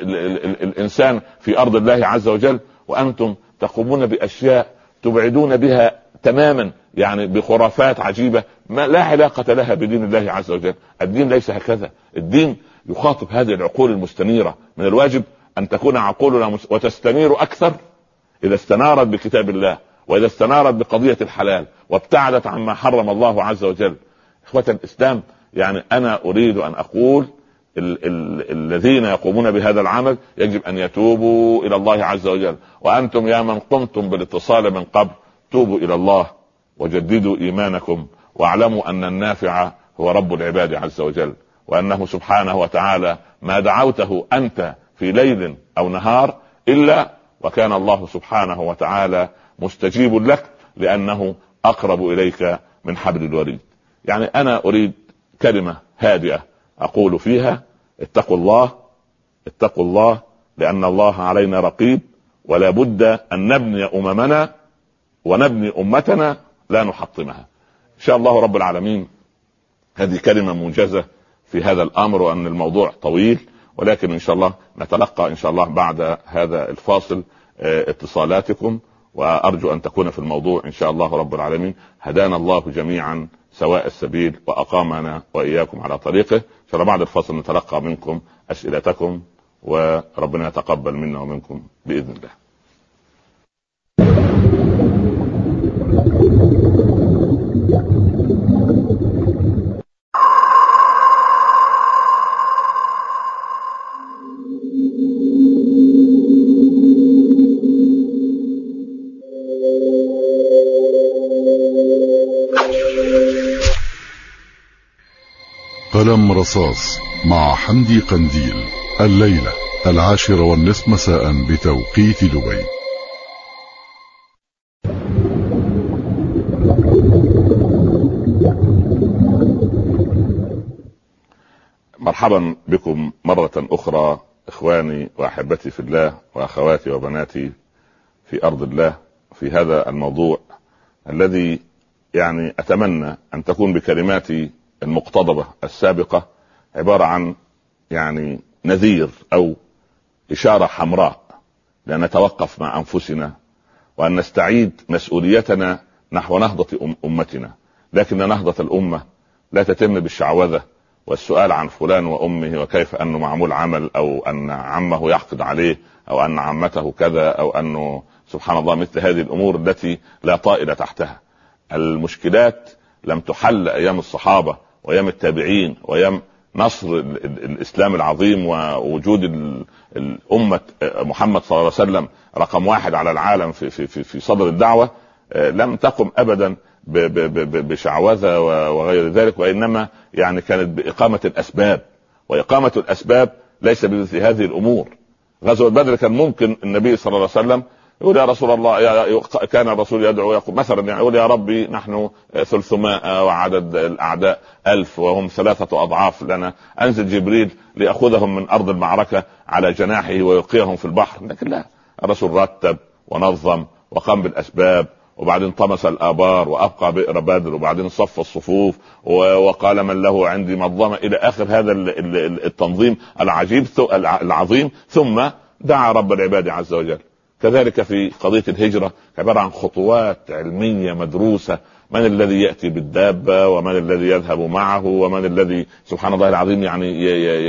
الإنسان في أرض الله عز وجل، وأنتم تقومون بأشياء تبعدون بها تماما يعني بخرافات عجيبة ما لا علاقة لها بدين الله عز وجل. الدين ليس هكذا. الدين يخاطب هذه العقول المستنيرة. من الواجب أن تكون عقولنا وتستنير أكثر إذا استنارت بكتاب الله، وإذا استنارت بقضية الحلال وابتعدت عما حرم الله عز وجل. إخوة الإسلام، يعني أنا أريد أن أقول ال- ال- الذين يقومون بهذا العمل يجب أن يتوبوا إلى الله عز وجل. وأنتم يا من قمتم بالاتصال من قبل، توبوا إلى الله وجددوا إيمانكم، واعلموا أن النافع هو رب العباد عز وجل، وأنه سبحانه وتعالى ما دعوته أنت في ليل أو نهار إلا وكان الله سبحانه وتعالى مستجيب لك، لأنه أقرب إليك من حبل الوريد. يعني أنا أريد كلمة هادئة أقول فيها: اتقوا الله، اتقوا الله، لأن الله علينا رقيب، ولا بد أن نبني أممنا ونبني أمتنا لا نحطمها. إن شاء الله رب العالمين. هذه كلمة موجزة في هذا الأمر، وأن الموضوع طويل، ولكن إن شاء الله نتلقى إن شاء الله بعد هذا الفاصل اتصالاتكم، وأرجو أن تكون في الموضوع إن شاء الله رب العالمين. هدانا الله جميعا سواء السبيل وأقامنا وإياكم على طريقه. إن شاء الله بعد الفاصل نتلقى منكم أسئلتكم، وربنا يتقبل منا ومنكم بإذن الله. قلم رصاص مع حمدي قنديل، الليلة العاشرة والنصف مساء بتوقيت دبي. مرحبا بكم مرة أخرى إخواني وأحبتي في الله، وأخواتي وبناتي في أرض الله، في هذا الموضوع الذي يعني أتمنى أن تكون بكلماتي المقتضبة السابقة عبارة عن يعني نذير أو إشارة حمراء، لأن نتوقف مع أنفسنا وأن نستعيد مسؤوليتنا نحو نهضة أمتنا. لكن نهضة الأمة لا تتم بالشعوذة والسؤال عن فلان وأمه وكيف أنه معمول عمل، أو أن عمه يحقد عليه، أو أن عمته كذا، أو أنه سبحان الله مثل هذه الأمور التي لا طائل تحتها. المشكلات لم تحل أيام الصحابة وأيام التابعين وأيام نصر الإسلام العظيم ووجود الأمة محمد صلى الله عليه وسلم رقم واحد على العالم في, في, في, في صدر الدعوة. لم تقم أبدا بشعوذة وغير ذلك، وإنما يعني كانت بإقامة الأسباب، وإقامة الأسباب ليس بمثل هذه الأمور. غزوة بدر كان ممكن النبي صلى الله عليه وسلم يقول يا رسول الله، يا كان الرسول يدعو يقول مثلا يعني يقول يا ربي نحن ثلثمائة وعدد الأعداء ألف وهم ثلاثة أضعاف لنا، أنزل جبريل ليأخذهم من أرض المعركة على جناحه ويلقيهم في البحر. لكن لا، الرسول رتب ونظم وقام بالأسباب، وبعدين طمس الآبار وأبقى بئر بدر، وبعدين صف الصفوف وقال من له عندي مظلمة، إلى آخر هذا التنظيم العجيب العظيم. ثم دعا رب العباد عز وجل. كذلك في قضية الهجرة عبارة عن خطوات علمية مدروسة، من الذي يأتي بالدابة، ومن الذي يذهب معه، ومن الذي سبحان الله العظيم يعني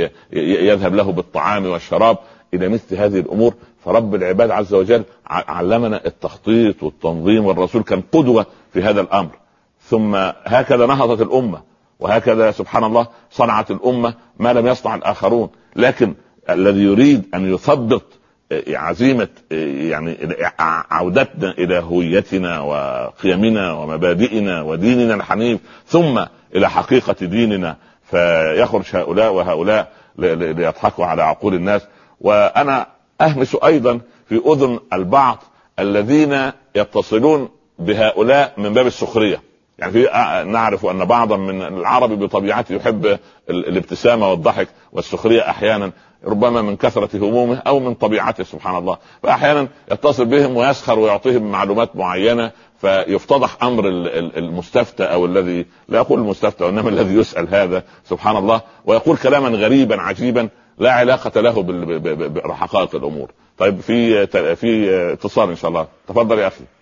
يذهب له بالطعام والشراب، إلى مثل هذه الأمور. فرب العباد عز وجل علمنا التخطيط والتنظيم، والرسول كان قدوة في هذا الأمر. ثم هكذا نهضت الأمة، وهكذا سبحان الله صنعت الأمة ما لم يصنع الآخرون. لكن الذي يريد أن يثبط عزيمة يعني عودتنا إلى هويتنا وقيمنا ومبادئنا وديننا الحنيف، ثم إلى حقيقة ديننا، فيخرج هؤلاء وهؤلاء ليضحكوا على عقول الناس. وأنا أهمس أيضا في أذن البعض الذين يتصلون بهؤلاء من باب السخرية. يعني في نعرف أن بعضا من العرب بطبيعته يحب الابتسامة والضحك والسخرية، أحيانا ربما من كثرة همومه أو من طبيعته سبحان الله، فأحيانا يتصل بهم ويسخر ويعطيهم معلومات معينة، فيفتضح أمر المستفتى أو الذي لا يقول المستفتى وإنما الذي يسأل هذا سبحان الله، ويقول كلاما غريبا عجيبا لا علاقة له بحقائق الأمور. طيب في في اتصال إن شاء الله، تفضل يا أخي.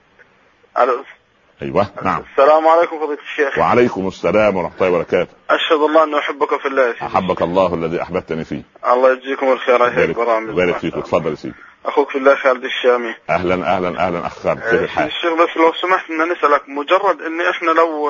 ألو. ايوه نعم. السلام عليكم فضيلة الشيخ. وعليكم السلام ورحمة الله وبركاته. أشهد الله أنه أحبك في الله. أحبك الله الذي أحببتني فيه. الله يجزيكم الخير. بارك, بارك فيك. تفضل سيدي. أخوك في الله خالد الشامي. أهلا أهلا أهلا أخ خالد، كيف الحال؟ الشيخ بس لو سمحت إن نسألك، مجرد إن إحنا لو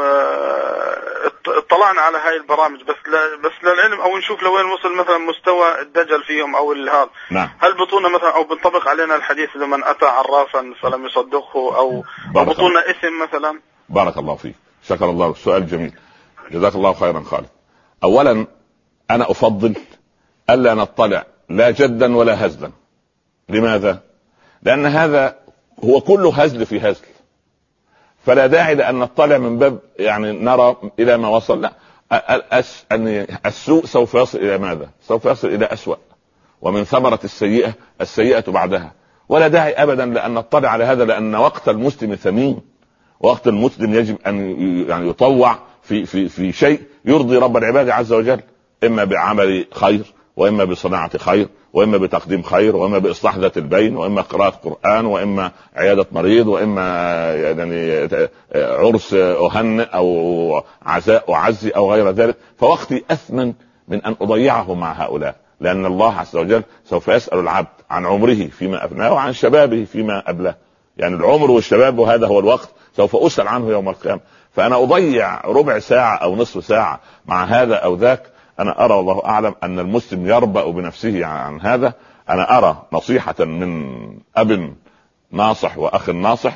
اطلعنا على هاي البرامج بس لا بس للعلم أو نشوف لوين وصل مثلا مستوى الدجل فيهم أو الهال، نعم. هل بطولنا مثلا أو بنطبق علينا الحديث لمن أتى عرافا فلم يصدقه أو بطولنا اسم مثلا؟ بارك الله فيك، شكر الله، السؤال جميل، جزاك الله خيرا خالد. أولا أنا أفضل ألا نطلع لا جدا ولا هزلا. لماذا؟ لأن هذا هو كله هزل في هزل، فلا داعي لأن نطلع من باب يعني نرى إلى ما وصل. لا، أن السوء سوف يصل إلى ماذا؟ سوف يصل إلى أسوأ، ومن ثمرة السيئة السيئة بعدها. ولا داعي أبدا لأن نطلع على هذا، لأن وقت المسلم ثمين، وقت المسلم يجب أن يعني يطوع في في في شيء يرضي رب العباد عز وجل، إما بعمل خير، وإما بصناعة خير، وإما بتقديم خير، وإما بإصلاح ذات البين، وإما قراءة قرآن، وإما عيادة مريض، وإما يعني عرس أهنئ أو عزاء أعزي أو غير ذلك. فوقتي أثمن من أن أضيعه مع هؤلاء، لأن الله عز وجل سوف يسأل العبد عن عمره فيما أفناه وعن شبابه فيما أبلاه. يعني العمر والشباب وهذا هو الوقت سوف أسأل عنه يوم القيامة. فأنا أضيع ربع ساعة أو نصف ساعة مع هذا أو ذاك. أنا أرى والله أعلم أن المسلم يربأ بنفسه عن هذا. أنا أرى نصيحة من أب ناصح وأخ ناصح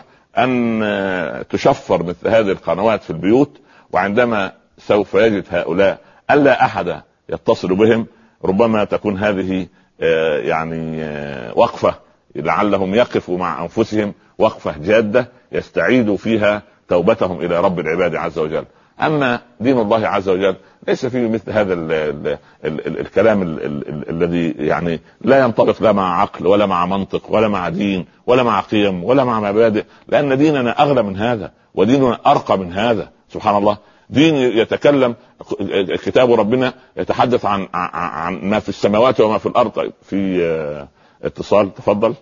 أن تشفر مثل هذه القنوات في البيوت، وعندما سوف يجد هؤلاء ألا أحد يتصل بهم ربما تكون هذه يعني وقفة لعلهم يقفوا مع أنفسهم وقفة جادة يستعيدوا فيها توبتهم إلى رب العباد عز وجل. أما دين الله عز وجل ليس فيه مثل هذا ال ال ال ال الكلام الذي يعني لا ينطبق لا مع عقل ولا مع منطق ولا مع دين ولا مع قيم ولا مع مبادئ، لأن ديننا أغلى من هذا وديننا أرقى من هذا. سبحان الله، دين يتكلم كتاب ربنا يتحدث عن عن ما في السماوات وما في الأرض. طيب في اتصال، تفضل.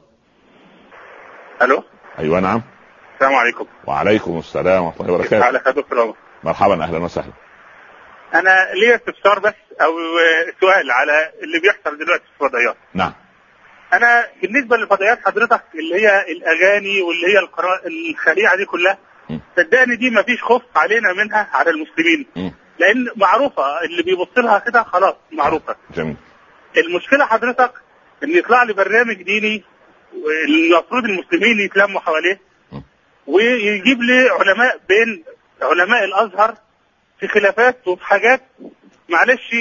ألو. أيوة نعم. السلام عليكم. وعليكم السلام ورحمة الله وبركاته. على دكتور. مرحبا، أهلا وسهلا. أنا لي استفسار بس أو سؤال على اللي بيحصل دلوقتي في الفضائيات. نعم. أنا بالنسبة للفضائيات حضرتك اللي هي الأغاني واللي هي القراءة الخليعة دي كلها، صدقني دي مفيش خوف علينا منها على المسلمين، م. لأن معروفة اللي بيبص لها كده خلاص معروفة. جميل. المشكلة حضرتك إن يطلع لي برنامج ديني المفروض المسلمين يتلموا حواليه، ويجيب لي علماء بين علماء الازهر في خلافات وفي حاجات معلش،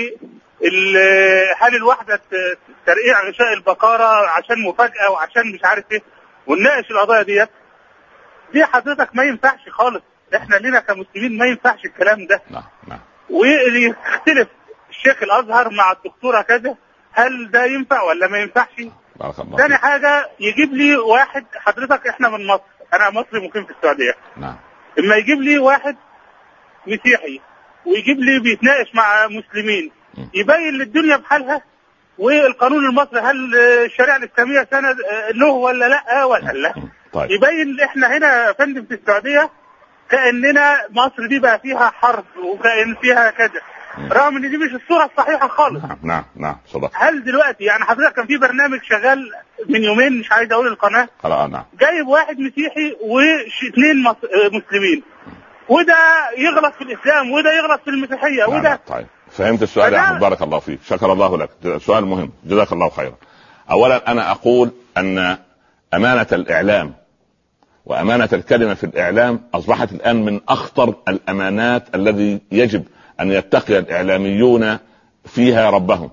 هل الواحدة ترقيع غشاء البقرة عشان مفاجأة وعشان مش عارف ايه، ونناقش القضايا ديت. دي حضرتك ما ينفعش خالص، احنا لينا كمسلمين ما ينفعش الكلام ده. نعم نعم. ويختلف الشيخ الازهر مع الدكتوره كذا، هل ده ينفع ولا ما ينفعش؟ بارك الله. ثاني حاجه يجيب لي واحد، حضرتك احنا من مصر، انا مصري مقيم في السعوديه. نعم. اما يجيب لي واحد مسيحي ويجيب لي بيتناقش مع مسلمين، يبين للدنيا بحالها. والقانون المصري هل الشريعه الاسلاميه سند له ولا لا ولا لا؟ طيب. يبين احنا هنا يا فندم في السعوديه كاننا مصر دي بقى فيها حرب وكأن فيها كذا، رغم ان دي مش الصوره الصحيحه خالص. نعم نعم نعم صدق. هل دلوقتي يعني حضرتك كان في برنامج شغال من يومين، مش عايز اقول القناه، خلاص نعم، جايب واحد مسيحي واثنين مسلمين، وده يغلط في الاسلام وده يغلط في المسيحيه وده. نعم. طيب فهمت السؤال يا احمد، بارك الله فيك، شكر الله لك، سؤال مهم، جزاك الله خيرا. اولا انا اقول ان امانه الاعلام وامانه الكلمه في الاعلام اصبحت الان من اخطر الامانات الذي يجب ان يتقي الاعلاميون فيها ربهم،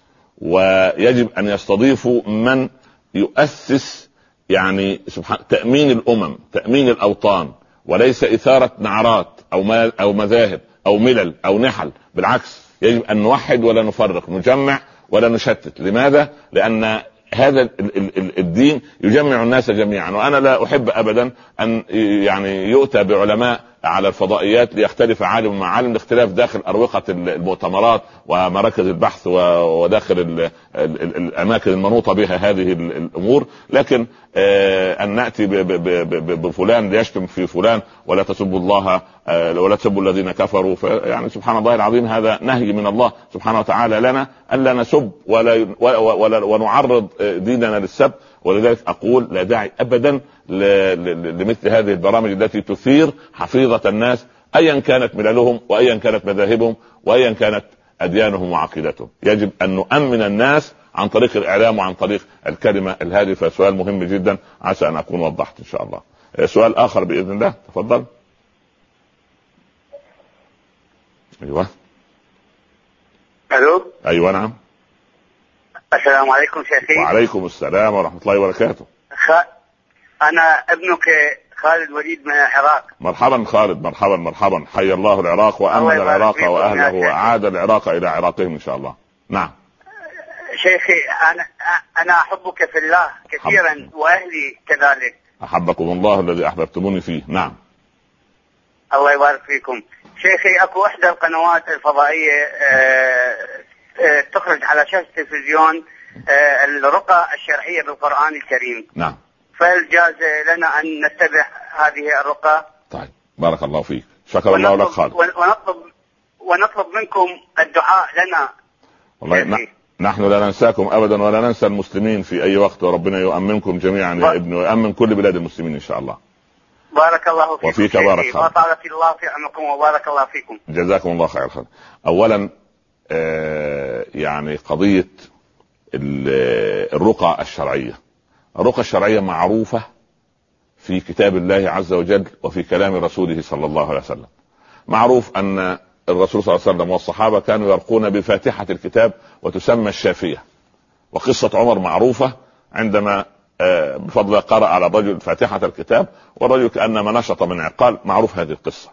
ويجب ان يستضيفوا من يؤسس يعني سبحان تامين الامم، تامين الاوطان، وليس اثاره نعرات او ما او مذاهب او ملل او نحل. بالعكس يجب ان نوحد ولا نفرق، نجمع ولا نشتت. لماذا؟ لان هذا الدين يجمع الناس جميعا، وانا لا احب ابدا ان يعني يؤتى بعلماء على الفضائيات ليختلف عالم مع عالم، الاختلاف داخل اروقه المؤتمرات ومراكز البحث وداخل الاماكن المنوطه بها هذه الامور. لكن ان ناتي بفلان ليشتم في فلان ولا تسبوا الله ولا تسبوا الذين كفروا، يعني سبحان الله العظيم هذا نهي من الله سبحانه وتعالى لنا الا نسب ولا ولا ونعرض ديننا للسب. ولذلك اقول لا داعي ابدا لمثل هذه البرامج التي تثير حفيظة الناس ايا كانت مللهم وايا كانت مذاهبهم وايا كانت اديانهم وعقيدتهم. يجب ان نؤمن الناس عن طريق الاعلام وعن طريق الكلمة الهادفة. سؤال مهم جدا، عسى ان اكون وضحت ان شاء الله. سؤال اخر باذن الله، تفضل. ايوه الو. ايوه نعم. السلام عليكم شيخي. وعليكم السلام ورحمة الله وبركاته. خ... انا ابنك خالد وليد من العراق. مرحبا خالد، مرحبا مرحبا، حي الله العراق وامن العراق واهله وعاد العراق الى عراقهم ان شاء الله. نعم شيخي، انا انا احبك في الله كثيرا حب. واهلي كذلك. احبكم الله الذي احببتموني فيه. نعم الله يبارك فيكم شيخي. اكو احدى القنوات الفضائيه آه آه تخرج على شاشه التلفزيون آه الرقى الشرعيه بالقران الكريم. نعم. فهل جاز لنا ان نتبع هذه الرقى؟ طيب بارك الله فيك، شكر الله لك خالد. ونطلب ونطلب منكم الدعاء لنا. والله ن... نحن لا ننساكم ابدا ولا ننسى المسلمين في اي وقت، وربنا يؤمنكم جميعا يا ابن، ويؤمن كل بلاد المسلمين ان شاء الله. بارك الله فيكم وفيك بارك خالد. وطال في الله في عمركم وبارك الله فيكم. جزاكم الله خير خالد. اولا آه يعني قضية الرقى الشرعية، الرقى الشرعية معروفة في كتاب الله عز وجل وفي كلام رسوله صلى الله عليه وسلم. معروف أن الرسول صلى الله عليه وسلم والصحابة كانوا يرقون بفاتحة الكتاب وتسمى الشافية. وقصة عمر معروفة عندما بفضل قرأ على الرجل فاتحة الكتاب والرجل كأنما نشط من عقال، معروف هذه القصة.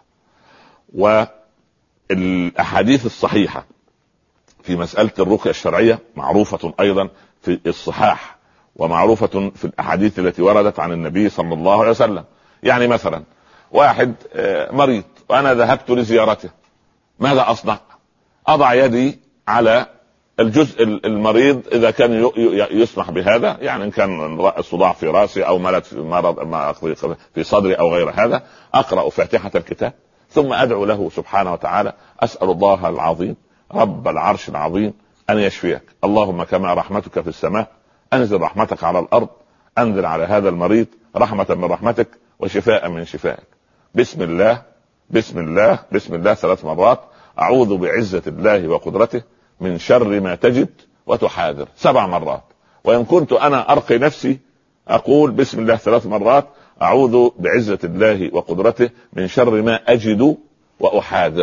والأحاديث الصحيحة في مسألة الرقية الشرعية معروفة أيضا في الصحاح، ومعروفة في الأحاديث التي وردت عن النبي صلى الله عليه وسلم. يعني مثلا واحد مريض وأنا ذهبت لزيارته، ماذا أصنع؟ أضع يدي على الجزء المريض إذا كان يسمح بهذا، يعني إن كان الصداع في رأسي أو ملل في مرض في صدري أو غير هذا، أقرأ فاتحة الكتاب ثم أدعو له سبحانه وتعالى، أسأل الله العظيم رب العرش العظيم أن يشفيك، اللهم كما رحمتك في السماء أنزل رحمتك على الأرض، أنزل على هذا المريض رحمة من رحمتك وشفاء من شفائك، بسم الله بسم الله بسم الله ثلاث مرات، أعوذ بعزة الله وقدرته من شر ما تجد وتحاذر سبع مرات. وإن كنت أنا أرقي نفسي أقول بسم الله ثلاث مرات، أعوذ بعزة الله وقدرته من شر ما أجد وأحاذر.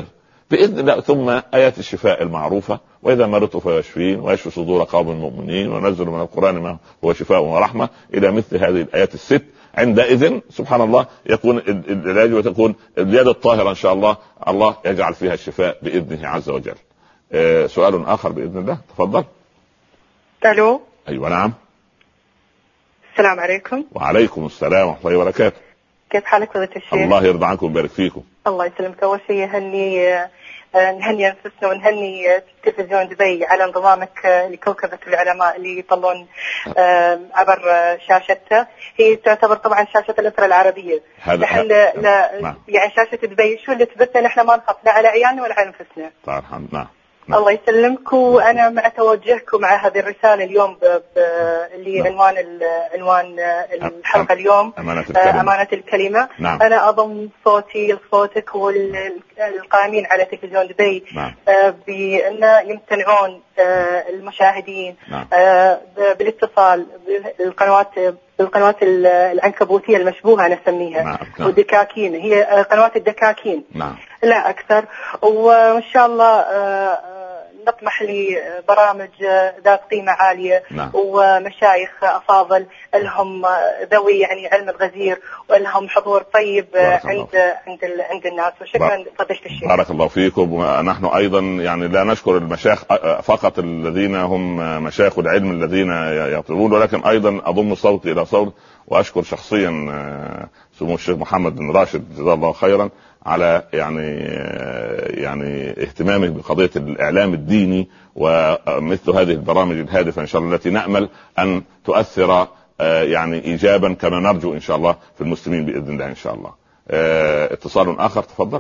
باذن الله. ثم ايات الشفاء المعروفه، واذا مرضت فيشفين ويشفي صدور قوم المؤمنين وننزل من القران ما هو شفاء ورحمه، الى مثل هذه الايات الست. عندئذ سبحان الله يكون العلاج وتكون اليد الطاهره ان شاء الله، الله يجعل فيها الشفاء باذنه عز وجل. أه سؤال اخر باذن الله، تفضل. الو. ايوه نعم. السلام عليكم. وعليكم السلام ورحمه الله وبركاته. كيف حالك فضيلة الشيخ؟ الله يرضى عنكم ويبارك فيكم. الله يسلمك. اول شيء هني نهني انفسنا ونهني تلفزيون دبي على انضمامك لكوكبة العلماء اللي يطلون عبر شاشته. هي تعتبر طبعا شاشة الأسرة العربية. نحن لا, لا يعني شاشة دبي شو اللي تبثنا، نحن ما نخاف لا على عيالنا ولا على انفسنا. طبعا نعم. نعم. الله يسلمك. وانا مع توجهكم مع هذه الرساله اليوم ب... ب... اللي نعم. عنوان ال... عنوان الحلقه اليوم امانه الكلمه, أمانة الكلمة. نعم. انا اضم صوتي لصوتك والقائمين على تلفزيون دبي نعم. بان يمتنعون المشاهدين نعم. بالاتصال بالقنوات بالقنوات العنكبوتيه المشبوهه انا اسميها نعم. والدكاكين، هي قنوات الدكاكين نعم. لا اكثر. وان شاء الله نطمح لبرامج ذات قيمة عالية نعم. ومشايخ أفاضل لهم ذوي يعني علم الغزير ولهم حضور طيب عند عند عند الناس. وشكرا فضيلة الشيخ. بارك الله فيكم. ونحن أيضا يعني لا نشكر المشايخ فقط الذين هم مشايخ العلم الذين يطلبون، ولكن أيضا أضم صوتي إلى صوت وأشكر شخصيا سمو الشيخ محمد بن راشد جزاه الله خيرا على يعني يعني اهتمامه بقضية الإعلام الديني ومثل هذه البرامج الهادفة إن شاء الله التي نأمل أن تؤثر يعني إيجابا كما نرجو إن شاء الله في المسلمين بإذن الله إن شاء الله. اتصال آخر تفضل.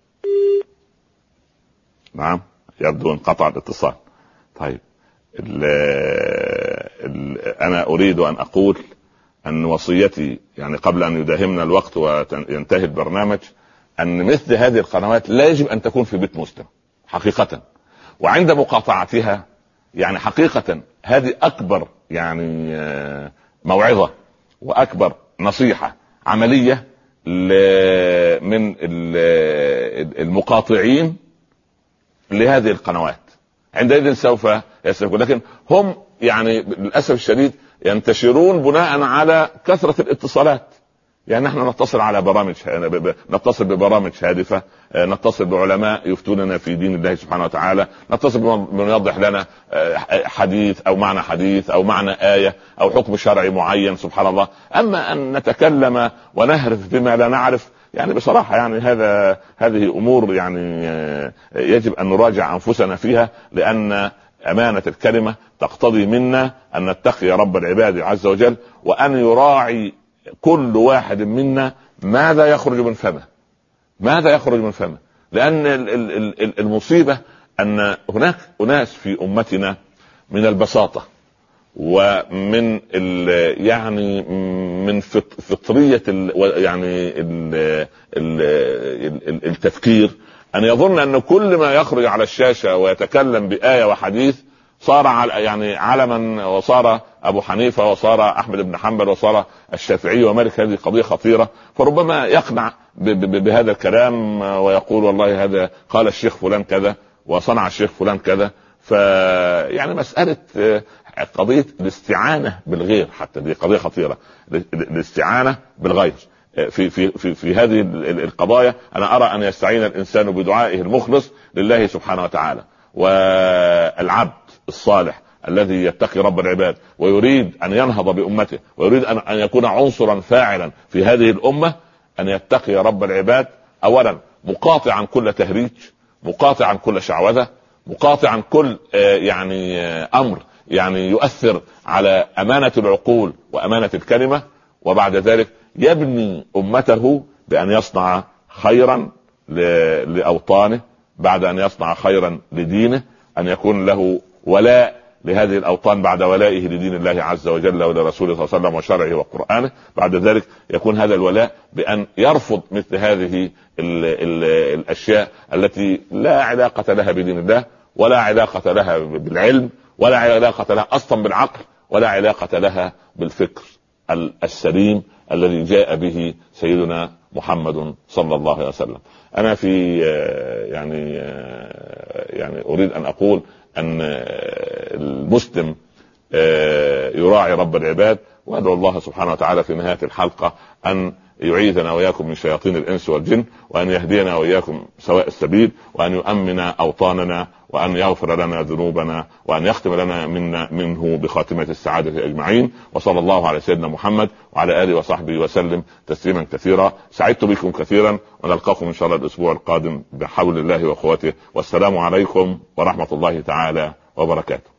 نعم يبدو انقطع الاتصال. طيب ال ال أنا أريد أن أقول أن وصيتي يعني قبل أن يداهمنا الوقت وينتهي البرنامج أن مثل هذه القنوات لا يجب أن تكون في بيت مسلم حقيقة، وعند مقاطعتها يعني حقيقة هذه أكبر يعني موعظة وأكبر نصيحة عملية من المقاطعين لهذه القنوات. عندئذ سوف يسلكون، لكن هم يعني للأسف الشديد ينتشرون بناء على كثرة الاتصالات. يعني نحن نتصل على برامج نتصل ببرامج هادفة، نتصل بعلماء يفتوننا في دين الله سبحانه وتعالى، نتصل بمن يوضح لنا حديث أو معنى حديث أو معنى آية أو حكم شرعي معين سبحان الله. أما أن نتكلم ونهرف بما لا نعرف يعني بصراحة يعني هذا هذه أمور يعني يجب أن نراجع أنفسنا فيها، لأن أمانة الكلمة تقتضي منا أن نتقي رب العباد عز وجل، وأن يراعي كل واحد منا ماذا يخرج من فمه ماذا يخرج من فمه لأن المصيبة أن هناك أناس في أمتنا من البساطة ومن يعني من فطرية يعني التفكير أن يظن أن كل ما يخرج على الشاشة ويتكلم بآية وحديث صار يعني علما، وصار أبو حنيفة وصار أحمد بن حنبل وصار الشافعي ومالك. هذه قضية خطيرة، فربما يقنع بهذا الكلام ويقول والله هذا قال الشيخ فلان كذا وصنع الشيخ فلان كذا. فيعني مسألة قضية الاستعانة بالغير حتى دي قضية خطيرة، الاستعانة بالغير في في في في هذه القضايا. أنا أرى أن يستعين الإنسان بدعائه المخلص لله سبحانه وتعالى. والعبد الصالح الذي يتقي رب العباد ويريد أن ينهض بأمته ويريد أن أن يكون عنصرا فاعلا في هذه الأمة أن يتقي رب العباد أولا مقاطعا كل تهريج، مقاطعا كل شعوذة، مقاطعا كل يعني أمر يعني يؤثر على أمانة العقول وأمانة الكلمة، وبعد ذلك يبني أمته بأن يصنع خيرا لأوطانه، بعد أن يصنع خيرا لدينه، أن يكون له ولاء لهذه الأوطان بعد ولائه لدين الله عز وجل ولرسوله صلى الله عليه وسلم وشرعه وقرآنه. بعد ذلك يكون هذا الولاء بأن يرفض مثل هذه ال ال الأشياء التي لا علاقة لها بدين الله ولا علاقة لها بالعلم ولا علاقة لها أصلا بالعقل ولا علاقة لها بالفكر السليم الذي جاء به سيدنا محمد صلى الله عليه وسلم. انا في يعني يعني اريد ان اقول ان المسلم يراعي رب العباد، وادعو الله سبحانه وتعالى في نهاية الحلقة ان يعيذنا وإياكم من شياطين الإنس والجن، وأن يهدينا وإياكم سواء السبيل، وأن يؤمن أوطاننا، وأن يغفر لنا ذنوبنا، وأن يختم لنا منا منه بخاتمة السعادة أجمعين. وصلى الله على سيدنا محمد وعلى آله وصحبه وسلم تسليما كثيرا. سعدت بكم كثيرا، ونلقاكم إن شاء الله الأسبوع القادم بحول الله وقوته، والسلام عليكم ورحمة الله تعالى وبركاته.